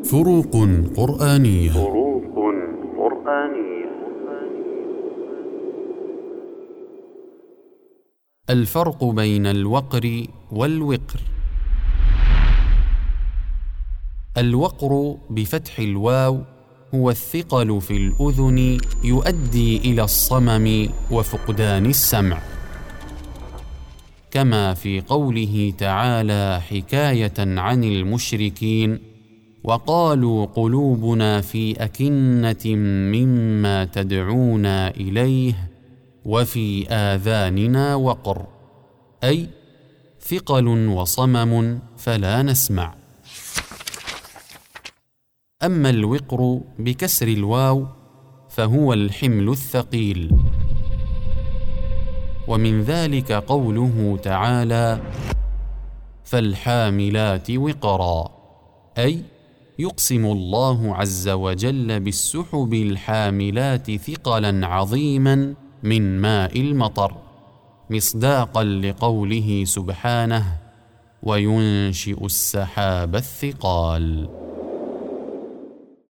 فروق قرآنية. الفرق بين الوقر والوقر. الوقر بفتح الواو هو الثقل في الأذن يؤدي إلى الصمم وفقدان السمع، كما في قوله تعالى حكاية عن المشركين: وقالوا قلوبنا في أكنة مما تدعونا إليه وفي آذاننا وقر، أي ثقل وصمم فلا نسمع. أما الوقر بكسر الواو فهو الحمل الثقيل، ومن ذلك قوله تعالى: فالحاملات وقرا، أي يقسم الله عز وجل بالسحب الحاملات ثقلا عظيما من ماء المطر، مصداقا لقوله سبحانه: وينشئ السحاب الثقال.